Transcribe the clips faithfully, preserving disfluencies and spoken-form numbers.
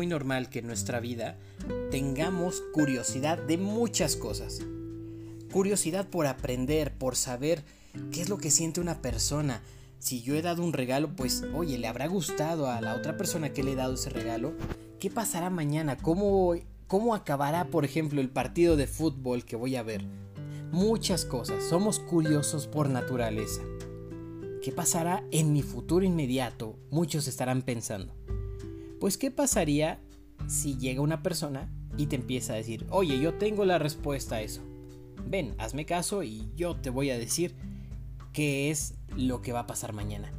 normal que en nuestra vida tengamos curiosidad de muchas cosas. Curiosidad por aprender, por saber qué es lo que siente una persona. Si yo he dado un regalo, pues, oye, ¿le habrá gustado a la otra persona que le he dado ese regalo? ¿Qué pasará mañana? ¿Cómo, cómo acabará, por ejemplo, el partido de fútbol que voy a ver? Muchas cosas. Somos curiosos por naturaleza. ¿Qué pasará en mi futuro inmediato? Muchos estarán pensando. Pues, ¿qué pasaría si llega una persona y te empieza a decir, oye, yo tengo la respuesta a eso? Ven, hazme caso y yo te voy a decir qué es lo que va a pasar mañana.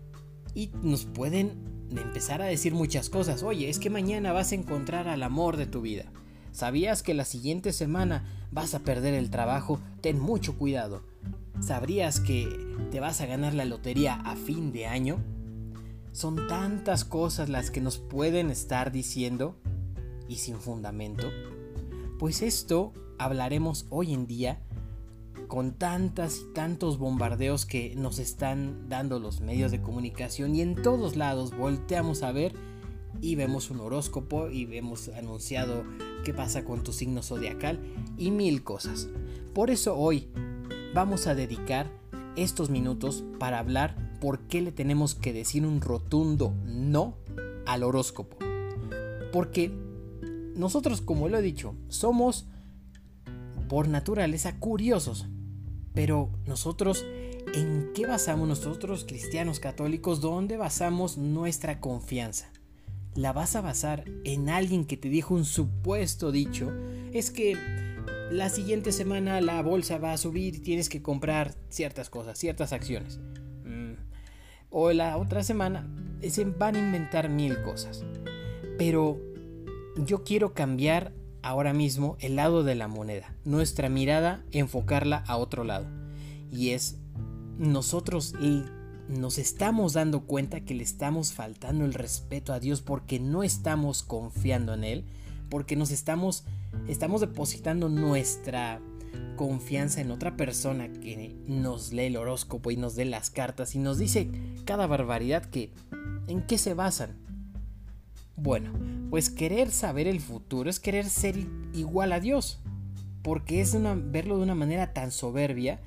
Y nos pueden empezar a decir muchas cosas. Oye, es que mañana vas a encontrar al amor de tu vida. ¿Sabías que la siguiente semana vas a perder el trabajo? Ten mucho cuidado. ¿Sabrías que te vas a ganar la lotería a fin de año? Son tantas cosas las que nos pueden estar diciendo y sin fundamento. Pues esto hablaremos hoy en día con tantas y tantos bombardeos que nos están dando los medios de comunicación, y en todos lados volteamos a ver y vemos un horóscopo y vemos anunciado qué pasa con tu signo zodiacal y mil cosas. Por eso hoy vamos a dedicar estos minutos para hablar por qué le tenemos que decir un rotundo no al horóscopo. Porque nosotros, como lo he dicho, somos por naturaleza curiosos. Pero nosotros, ¿en qué basamos nosotros, cristianos católicos? ¿Dónde basamos nuestra confianza? ¿La vas a basar en alguien que te dijo un supuesto dicho? Es que la siguiente semana la bolsa va a subir y tienes que comprar ciertas cosas, ciertas acciones. Mm. O la otra semana se van a inventar mil cosas. Pero yo quiero cambiar ahora mismo el lado de la moneda, nuestra mirada, enfocarla a otro lado. Y es, nosotros nos estamos dando cuenta que le estamos faltando el respeto a Dios porque no estamos confiando en Él, porque nos estamos, estamos depositando nuestra confianza en otra persona que nos lee el horóscopo y nos dé las cartas y nos dice cada barbaridad que, ¿en qué se basan? Bueno, pues querer saber el futuro es querer ser igual a Dios, porque es una, verlo de una manera tan soberbia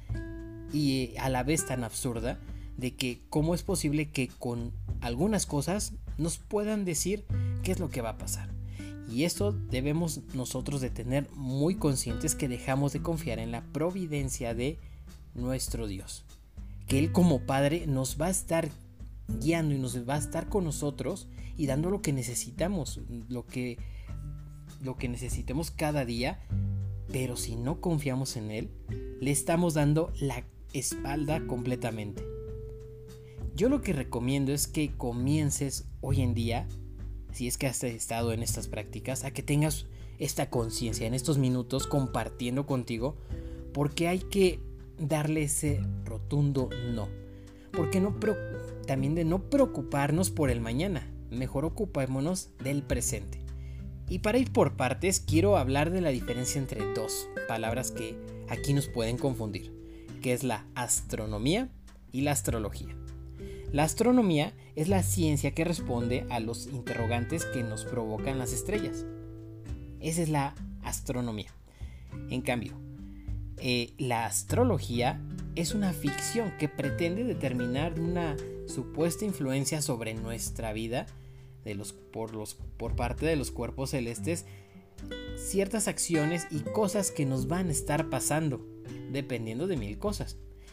y a la vez tan absurda, de que cómo es posible que con algunas cosas nos puedan decir qué es lo que va a pasar. Y esto debemos nosotros de tener muy conscientes, que dejamos de confiar en la providencia de nuestro Dios, que Él como Padre nos va a estar guiando y nos va a estar con nosotros y dando lo que necesitamos, lo que, lo que necesitemos cada día. Pero si no confiamos en Él, le estamos dando la espalda completamente. Yo lo que recomiendo es que comiences hoy en día, si es que has estado en estas prácticas, a que tengas esta conciencia en estos minutos compartiendo contigo, porque hay que darle ese rotundo no. Porque no también de no preocuparnos por el mañana, mejor ocupémonos del presente. Y para ir por partes, quiero hablar de la diferencia entre dos palabras que aquí nos pueden confundir, que es la astronomía y la astrología. La astronomía es la ciencia que responde a los interrogantes que nos provocan las estrellas. Esa es la astronomía. En cambio, eh, la astrología es una ficción que pretende determinar una supuesta influencia sobre nuestra vida de los, por, los, por parte de los cuerpos celestes, ciertas acciones y cosas que nos van a estar pasando, dependiendo de mil cosas.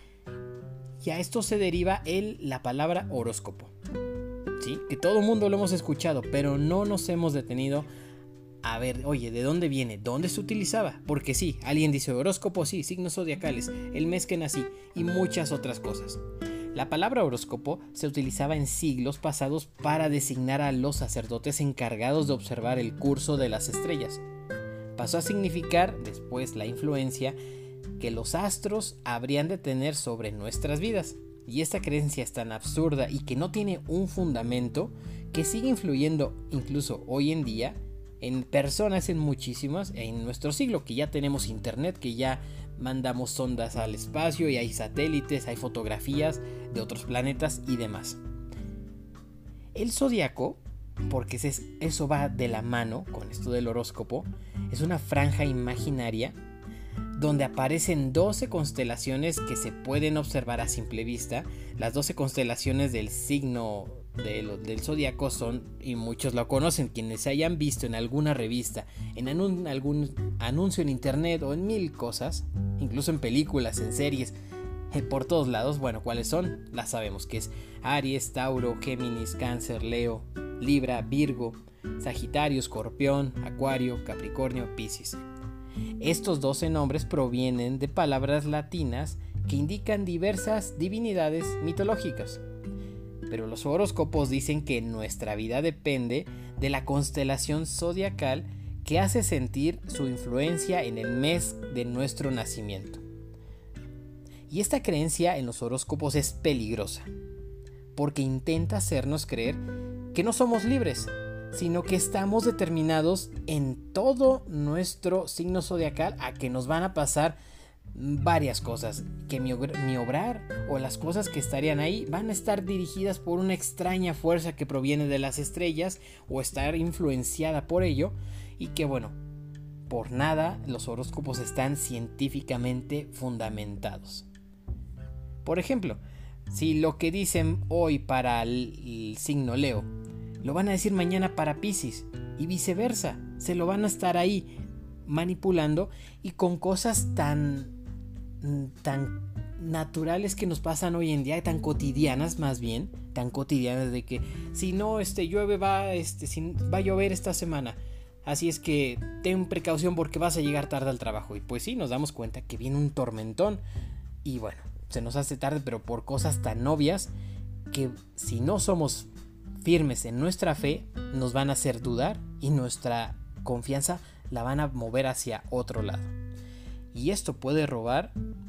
Y a esto se deriva el, la palabra horóscopo, ¿sí? Que todo el mundo lo hemos escuchado, pero no nos hemos detenido a ver, oye, ¿de dónde viene? ¿Dónde se utilizaba? Porque sí, alguien dice horóscopo, sí, signos zodiacales, el mes que nací y muchas otras cosas. La palabra horóscopo se utilizaba en siglos pasados para designar a los sacerdotes encargados de observar el curso de las estrellas. Pasó a significar después la influencia que los astros habrían de tener sobre nuestras vidas. Y esta creencia es tan absurda y que no tiene un fundamento, que sigue influyendo incluso hoy en día en personas, en muchísimas, en nuestro siglo, que ya tenemos internet, que ya mandamos sondas al espacio y hay satélites, hay fotografías de otros planetas y demás. El zodiaco porque eso va de la mano con esto del horóscopo. Es una franja imaginaria donde aparecen doce constelaciones que se pueden observar a simple vista. Las doce constelaciones del signo de lo, del zodiaco son, y muchos lo conocen, quienes se hayan visto en alguna revista, en anun, algún anuncio en internet o en mil cosas, incluso en películas, en series, eh, por todos lados. Bueno, ¿cuáles son? Las sabemos, que es Aries, Tauro, Géminis, Cáncer, Leo, Libra, Virgo, Sagitario, Escorpión, Acuario, Capricornio, Piscis. Estos doce nombres provienen de palabras latinas que indican diversas divinidades mitológicas. Pero los horóscopos dicen que nuestra vida depende de la constelación zodiacal que hace sentir su influencia en el mes de nuestro nacimiento. Y esta creencia en los horóscopos es peligrosa, porque intenta hacernos creer que no somos libres, sino que estamos determinados en todo nuestro signo zodiacal a que nos van a pasar varias cosas, que mi, mi obrar o las cosas que estarían ahí van a estar dirigidas por una extraña fuerza que proviene de las estrellas o estar influenciada por ello, y que bueno, por nada los horóscopos están científicamente fundamentados. Por ejemplo, si lo que dicen hoy para el, el signo Leo lo van a decir mañana para Piscis y viceversa, se lo van a estar ahí manipulando, y con cosas tan tan naturales que nos pasan hoy en día, tan cotidianas más bien, tan cotidianas de que si no este llueve va este si, va a llover esta semana, así es que ten precaución porque vas a llegar tarde al trabajo. Y pues sí, nos damos cuenta que viene un tormentón y bueno, se nos hace tarde, pero por cosas tan obvias que si no somos firmes en nuestra fe, nos van a hacer dudar y nuestra confianza la van a mover hacia otro lado. Y esto puede robar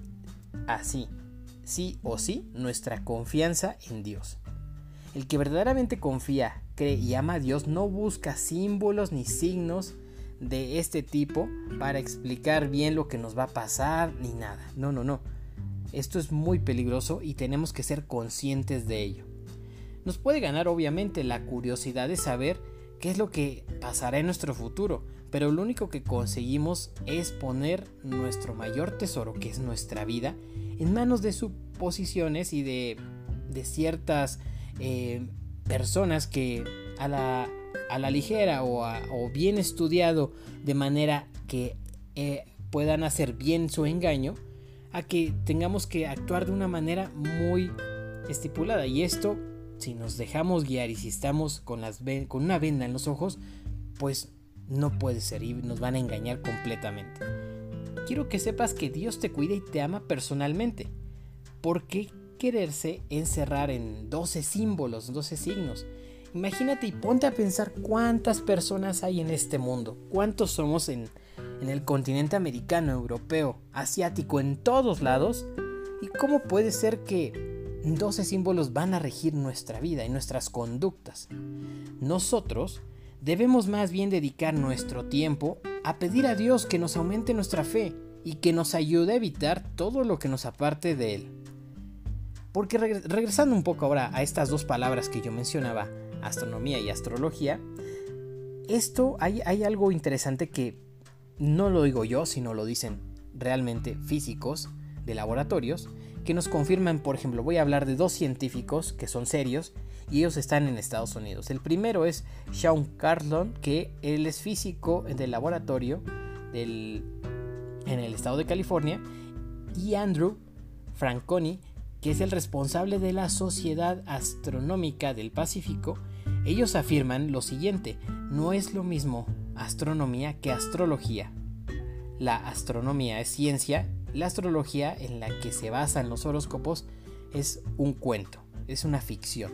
así, sí o sí, nuestra confianza en Dios. El que verdaderamente confía, cree y ama a Dios no busca símbolos ni signos de este tipo para explicar bien lo que nos va a pasar ni nada. No, no, no. Esto es muy peligroso y tenemos que ser conscientes de ello. Nos puede ganar obviamente la curiosidad de saber qué es lo que pasará en nuestro futuro, pero lo único que conseguimos es poner nuestro mayor tesoro, que es nuestra vida, en manos de suposiciones y de, de ciertas eh, personas que a la, a la ligera o, a, o bien estudiado de manera que eh, puedan hacer bien su engaño, a que tengamos que actuar de una manera muy estipulada. Y esto, si nos dejamos guiar y si estamos con, las, con una venda en los ojos, pues no puede ser y nos van a engañar completamente. Quiero que sepas que Dios te cuida y te ama personalmente. ¿Por qué quererse encerrar en doce símbolos, doce signos? Imagínate y ponte a pensar cuántas personas hay en este mundo, cuántos somos en, en el continente americano, europeo, asiático, en todos lados, y cómo puede ser que doce símbolos van a regir nuestra vida y nuestras conductas. Nosotros debemos más bien dedicar nuestro tiempo a pedir a Dios que nos aumente nuestra fe y que nos ayude a evitar todo lo que nos aparte de Él. Porque reg- regresando un poco ahora a estas dos palabras que yo mencionaba, astronomía y astrología, esto hay, hay algo interesante que no lo digo yo, sino lo dicen realmente físicos de laboratorios, que nos confirman. Por ejemplo, voy a hablar de dos científicos que son serios y ellos están en Estados Unidos. El primero es Sean Carlton, que él es físico del laboratorio del, en el estado de California, y Andrew Franconi, que es el responsable de la Sociedad Astronómica del Pacífico. Ellos afirman lo siguiente: no es lo mismo astronomía que astrología. La astronomía es ciencia, la astrología, en la que se basan los horóscopos, es un cuento, es una ficción.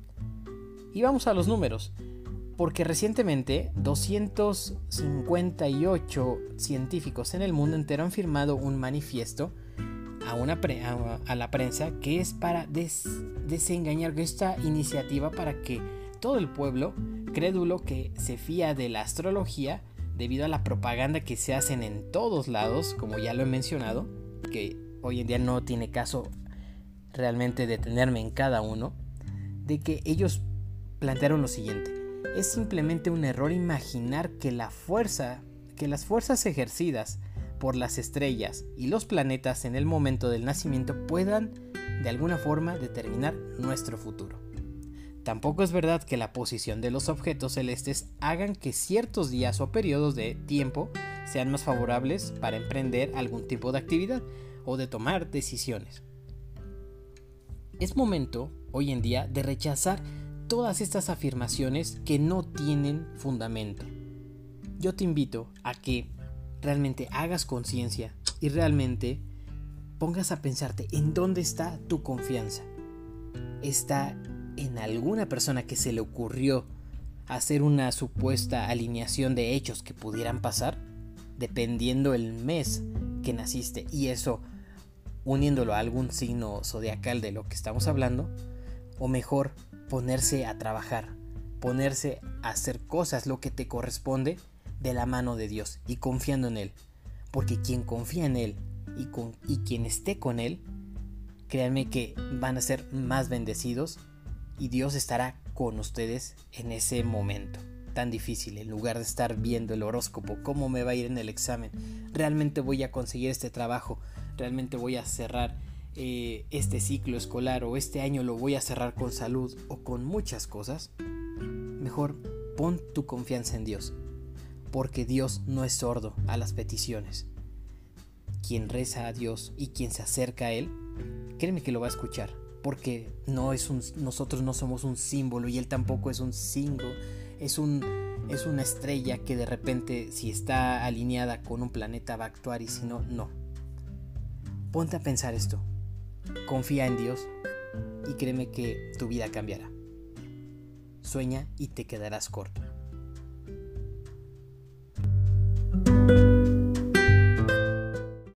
Y vamos a los números, porque recientemente doscientos cincuenta y ocho científicos en el mundo entero han firmado un manifiesto a, una pre- a, a la prensa, que es para des- desengañar esta iniciativa para que todo el pueblo crédulo que se fía de la astrología, debido a la propaganda que se hacen en todos lados, como ya lo he mencionado, que hoy en día no tiene caso realmente detenerme en cada uno, de que ellos plantearon lo siguiente: Es simplemente un error imaginar que la fuerza, que las fuerzas ejercidas por las estrellas y los planetas en el momento del nacimiento puedan de alguna forma determinar nuestro futuro. Tampoco es verdad que la posición de los objetos celestes hagan que ciertos días o periodos de tiempo sean más favorables para emprender algún tipo de actividad o de tomar decisiones. Es momento, hoy en día, de rechazar todas estas afirmaciones que no tienen fundamento. Yo te invito a que realmente hagas conciencia y realmente pongas a pensarte en dónde está tu confianza. ¿Está en alguna persona que se le ocurrió hacer una supuesta alineación de hechos que pudieran pasar, dependiendo el mes que naciste, y eso uniéndolo a algún signo zodiacal de lo que estamos hablando? O mejor, ponerse a trabajar, ponerse a hacer cosas, lo que te corresponde, de la mano de Dios y confiando en Él, porque quien confía en Él y, con, y quien esté con Él, créanme que van a ser más bendecidos y Dios estará con ustedes en ese momento tan difícil. En lugar de estar viendo el horóscopo, cómo me va a ir en el examen, realmente voy a conseguir este trabajo, realmente voy a cerrar eh, este ciclo escolar, o este año lo voy a cerrar con salud o con muchas cosas. Mejor pon tu confianza en Dios, porque Dios no es sordo a las peticiones. Quien reza a Dios y quien se acerca a Él, créeme que lo va a escuchar, porque no es un, nosotros no somos un símbolo y Él tampoco es un signo, es, un, es una estrella que de repente, si está alineada con un planeta, va a actuar, y si no, no. Ponte a pensar esto, confía en Dios y créeme que tu vida cambiará. Sueña y te quedarás corto.